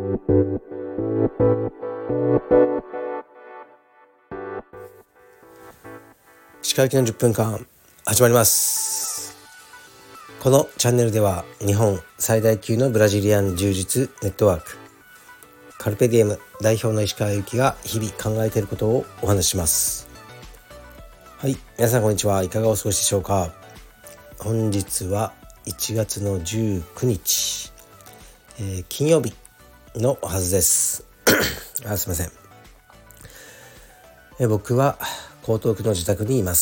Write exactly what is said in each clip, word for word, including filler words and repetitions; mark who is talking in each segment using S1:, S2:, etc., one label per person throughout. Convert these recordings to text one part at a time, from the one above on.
S1: 石川行きのじゅっぷんかん始まります。このチャンネルでは日本最大級のブラジリアン柔術ネットワークカルペディエム代表の石川行きが日々考えていることをお話しします。はい、皆さんこんにちは。いかがお過ごしでしょうか。本日はいちがつのじゅうくにち、えー、金曜日のはずですあすいません、えー、僕は江東区の自宅にいます。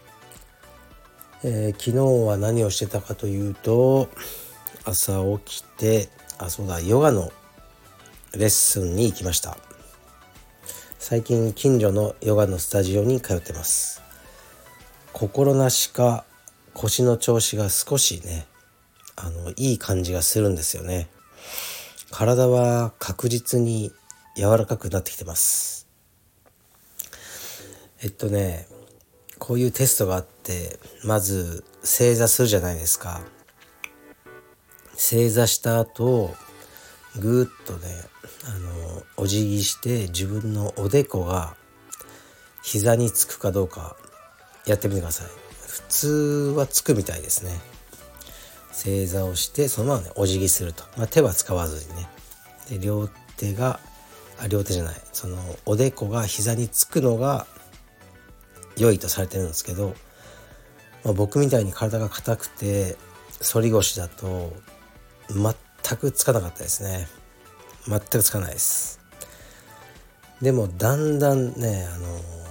S1: えー、昨日は何をしてたかというと、朝起きてあそうだヨガのレッスンに行きました。最近近所のヨガのスタジオに通ってます。心なしか腰の調子が少しねあのいい感じがするんですよね。体は確実に柔らかくなってきてます。えっとねこういうテストがあって、まず正座するじゃないですか。正座した後ぐーっとねあのお辞儀して自分のおでこが膝につくかどうかやってみてください。普通はつくみたいですね。正座をしてそのままねお辞儀すると、まあ、手は使わずにねで両手があ両手じゃないそのおでこが膝につくのが良いとされてるんですけど、まあ、僕みたいに体が硬くて反り腰だと全くつかなかったですね。全くつかないです。でもだんだんねあの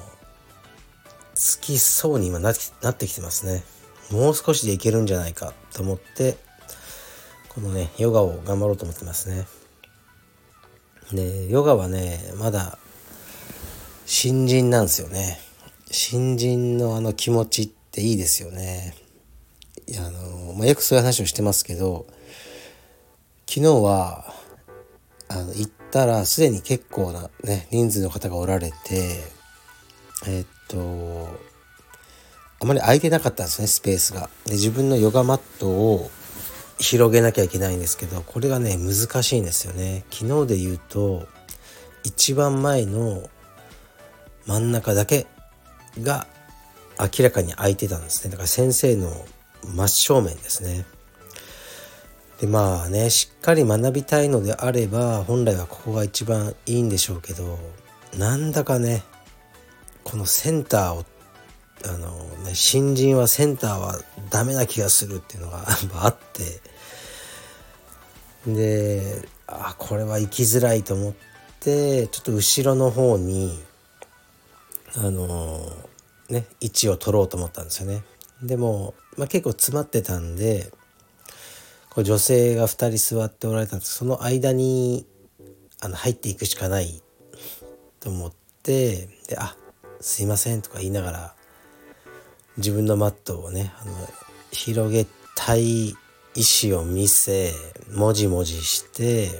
S1: つきそうに今なってなってきてますね。もう少しでいけるんじゃないかと思ってこのねヨガを頑張ろうと思ってますね。でヨガはねまだ新人なんですよね。新人のあの気持ちっていいですよね。いやあの、まあ、よくそういう話をしてますけど、昨日はあの行ったらすでに結構なね人数の方がおられてえー、っとあまり空いてなかったんですねスペースが。で自分のヨガマットを広げなきゃいけないんですけど、これがね難しいんですよね。昨日で言うと一番前の真ん中だけが明らかに空いてたんですね。だから先生の真正面ですね。でまあねしっかり学びたいのであれば本来はここが一番いいんでしょうけど、なんだかねこのセンターをあの、ね、新人はセンターはダメな気がするっていうのがあって、であこれは行きづらいと思ってちょっと後ろの方にあのね位置を取ろうと思ったんですよね。でも、まあ、結構詰まってたんでこう女性がふたり座っておられたんです。その間にあの入っていくしかないと思ってであすいませんとか言いながら自分のマットをねあの広げたい意思を見せもじもじして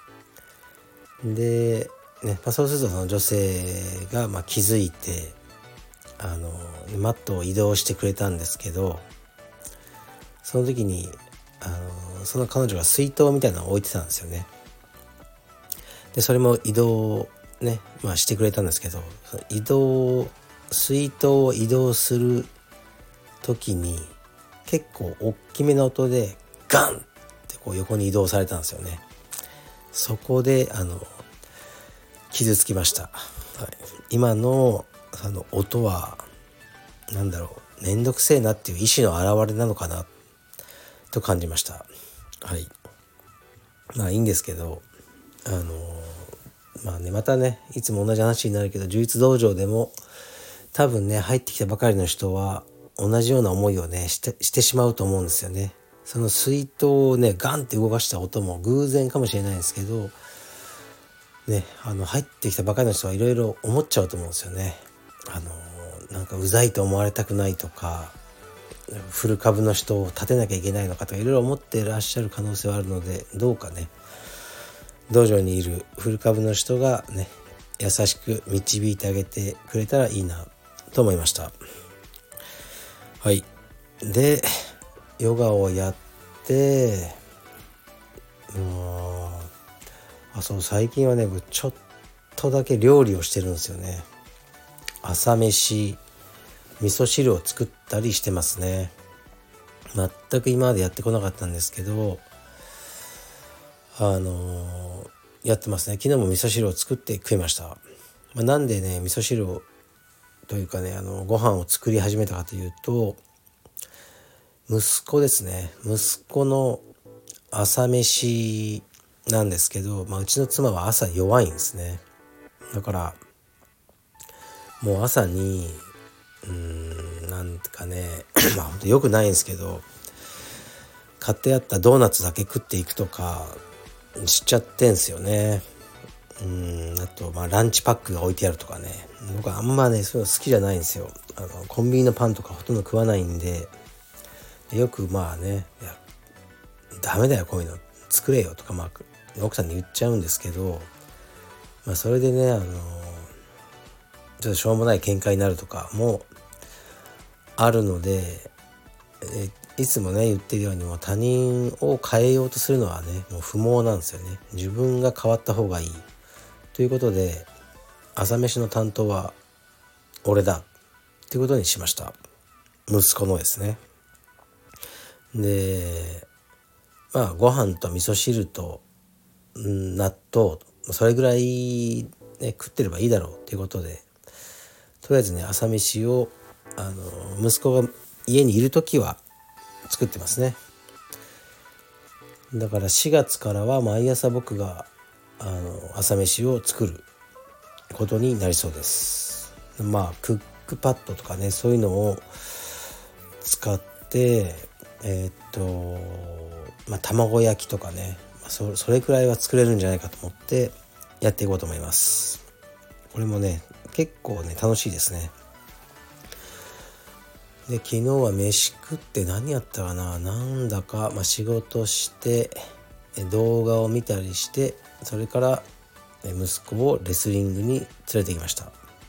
S1: で、ねまあ、そうするとその女性がまあ気づいてあのマットを移動してくれたんですけど、その時にあのその彼女が水筒みたいなのを置いてたんですよね。でそれも移動ね、まあ、してくれたんですけど、移動水筒を移動する時に結構大きめの音でガンってこう横に移動されたんですよね。そこであの傷つきました、はい、今のあの音はなんだろうめんどくせえなっていう意志の表れなのかなと感じました。はいまあいいんですけどあのまあねまたねいつも同じ話になるけど柔術道場でも多分ね入ってきたばかりの人は同じような思いをねして、してしまうと思うんですよね。その水筒をねガンって動かした音も偶然かもしれないんですけどねあの入ってきたばかりの人はいろいろ思っちゃうと思うんですよね。あのなんかうざいと思われたくないとかフル株の人を立てなきゃいけないのかとかいろいろ思っていらっしゃる可能性はあるので、どうかね道場にいるフル株の人がね優しく導いてあげてくれたらいいなと思いました。はいでヨガをやってもうそう最近はねちょっとだけ料理をしてるんですよね。朝飯味噌汁を作ったりしてますね。全く今までやってこなかったんですけどあのー、やってますね。昨日も味噌汁を作って食いました。まあ、なんでね味噌汁をというかねあのご飯を作り始めたかというと息子ですね。息子の朝飯なんですけど、まあ、うちの妻は朝弱いんですね。だからもう朝にうーんなんかねまあ本当良くないんですけど買ってあったドーナツだけ食っていくとかしちゃってんすよね。うーんあとまあランチパックが置いてあるとかね。僕はあんまねそういうの好きじゃないんですよ。あのコンビニのパンとかほとんど食わないんでよくまあねいやダメだよこういうの作れよとかまあ奥さんに言っちゃうんですけど、まあ、それでねあのちょっとしょうもない喧嘩になるとかもあるのでえいつもね言ってるようにもう他人を変えようとするのはねもう不毛なんですよね。自分が変わった方がいいということで朝飯の担当は俺だっていうことにしました。息子のですね。でまあご飯と味噌汁と納豆それぐらい、ね、食ってればいいだろうっていうことでとりあえずね朝飯をあの息子が家にいるときは作ってますね。だからしがつからは毎朝僕があの朝飯を作ることになりそうです。まあクックパッドとかねそういうのを使ってえー、っとまあ卵焼きとかね、まあ、そ, それくらいは作れるんじゃないかと思ってやっていこうと思います。これもね結構ね楽しいですね。で昨日は飯食って何やったかななんだか、まあ、仕事して動画を見たりしてそれから息子をレスリングに連れてきました。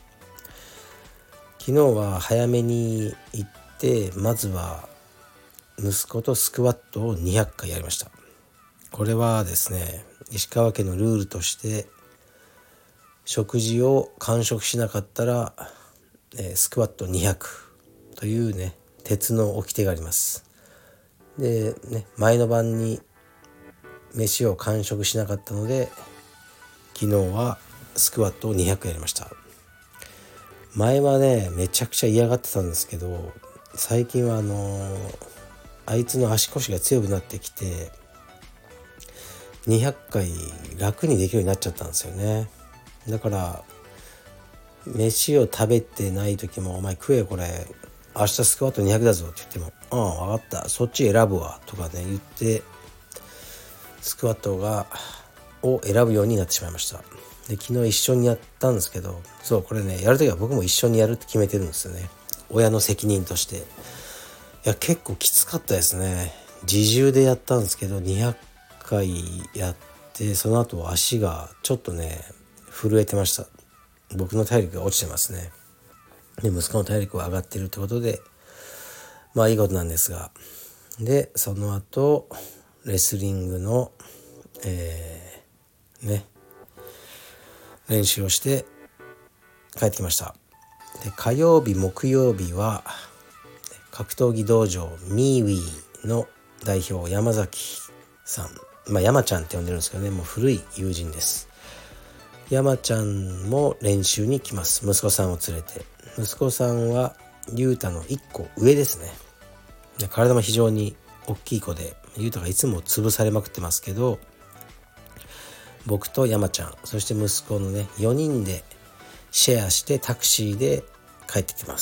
S1: 昨日は早めに行ってまずは息子とスクワットをにひゃっかいやりました。これはですね石川家のルールとして食事を完食しなかったら、えー、スクワットにひゃくというね鉄の掟があります。でね前の晩に飯を完食しなかったので昨日はスクワットをにひゃくやりました。前はねめちゃくちゃ嫌がってたんですけど最近はあのー、あいつの足腰が強くなってきてにひゃっかい楽にできるようになっちゃったんですよね。だから飯を食べてない時もお前食えこれ明日スクワットにひゃくだぞって言ってもああ分かったそっち選ぶわとかね言ってスクワットがを選ぶようになってしまいました。で昨日一緒にやったんですけどそうこれねやるときは僕も一緒にやるって決めてるんですよね。親の責任として。いや結構きつかったですね。自重でやったんですけどにひゃっかいやってその後足がちょっとね震えてました。僕の体力が落ちてますね。で息子の体力は上がってるってことでまあいいことなんですがでその後レスリングの、えー、ね練習をして帰ってきました。で火曜日木曜日は格闘技道場ミーウィーの代表山崎さんまあ山ちゃんって呼んでるんですけどねもう古い友人です。山ちゃんも練習に来ます。息子さんを連れて。息子さんはゆうたのいっこ上ですね。体も非常に大きい子でゆうたがいつも潰されまくってますけど僕と山ちゃんそして息子のねよにんでシェアしてタクシーで帰ってきます。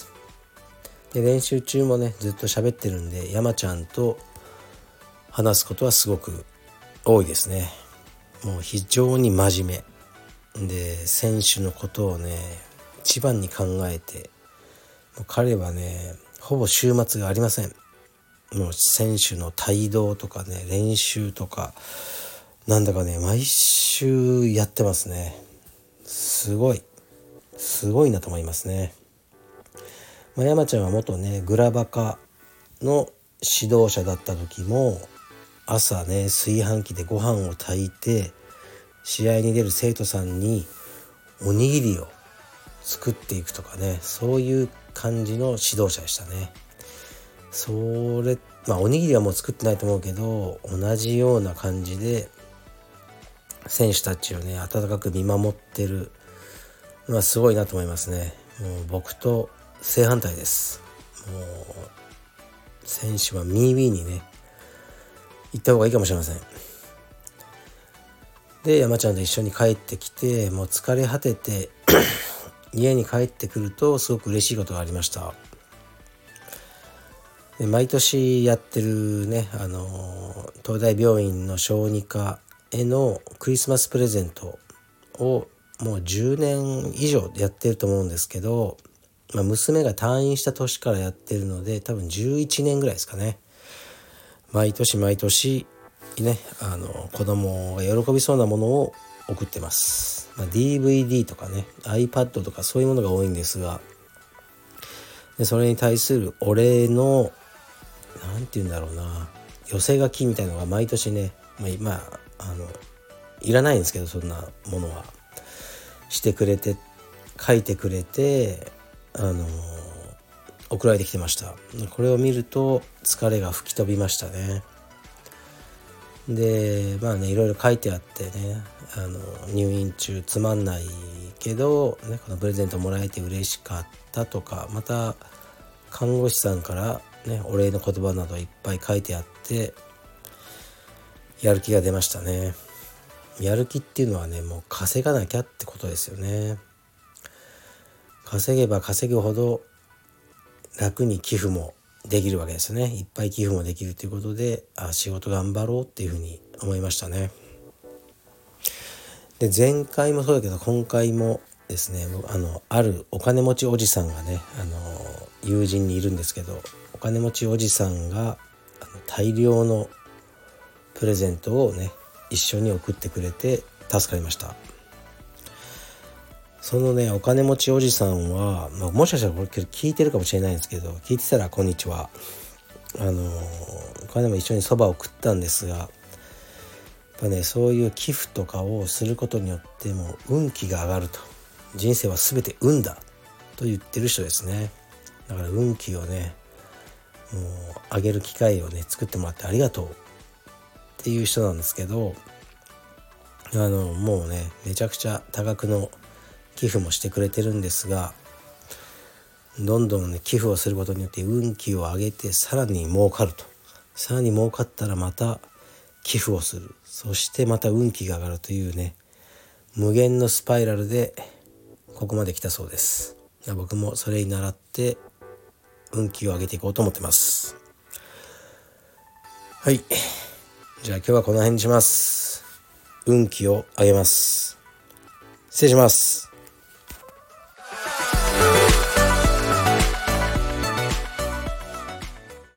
S1: で練習中もねずっと喋ってるんで山ちゃんと話すことはすごく多いですね。もう非常に真面目で選手のことをね一番に考えてもう彼はねほぼ週末がありません。もう選手の帯同とかね練習とかなんだかね毎週やってますね。すごいすごいなと思いますね。まあ、山ちゃんは元ねグラバカの指導者だった時も朝ね炊飯器でご飯を炊いて試合に出る生徒さんにおにぎりを作っていくとかね、そういう感じの指導者でしたね。それまあおにぎりはもう作ってないと思うけど、同じような感じで選手たちをね温かく見守ってるのはすごいなと思いますね。もう僕と正反対です。もう選手はミーウィーにね行った方がいいかもしれません。で山ちゃんと一緒に帰ってきて、もう疲れ果てて家に帰ってくるとすごく嬉しいことがありました。で毎年やってるね、あの東大病院の小児科へのクリスマスプレゼントをもうじゅうねん以上やってると思うんですけど、まあ、娘が退院した年からやってるので多分じゅういちねんぐらいですかね。毎年毎年ね、あの子供が喜びそうなものを送ってます。まあ、ディーブイディー とかね iPad とかそういうものが多いんですが、でそれに対するお礼のなんて言うんだろうな、寄せ書きみたいなのが毎年ね、まあ、まあ、あのいらないんですけど、そんなものはしてくれて書いてくれて、あの送られてきてました。これを見ると疲れが吹き飛びましたね。でまあねいろいろ書いてあってね、あの入院中つまんないけど、ね、このプレゼントもらえて嬉しかったとか、また看護師さんからねお礼の言葉などいっぱい書いてあってやる気が出ましたね。やる気っていうのはね、もう稼がなきゃってことですよね。稼げば稼ぐほど楽に寄付もできるわけですよね。いっぱい寄付もできるということで、あ仕事頑張ろうっていうふうに思いましたね。で前回もそうだけど今回もですね、あのあるお金持ちおじさんがね、あの友人にいるんですけど、お金持ちおじさんがあの大量のプレゼントをね一緒に送ってくれて助かりました。そのねお金持ちおじさんは、まあ、もしかしたらこれ聞いてるかもしれないんですけど、聞いてたらこんにちは。あのお金も一緒にそばを食ったんですが、やっぱねそういう寄付とかをすることによっても運気が上がると、人生は全て運だと言ってる人ですね。だから運気をねもう上げる機会をね作ってもらってありがとうっていう人なんですけど、あのもうねめちゃくちゃ多額の寄付もしてくれてるんですが、どんどんね寄付をすることによって運気を上げてさらに儲かると、さらに儲かったらまた寄付をする、そしてまた運気が上がるというね無限のスパイラルでここまで来たそうです。僕もそれに倣って運気を上げていこうと思ってます。はい、じゃあ今日はこの辺にします。運気を上げます。失礼します。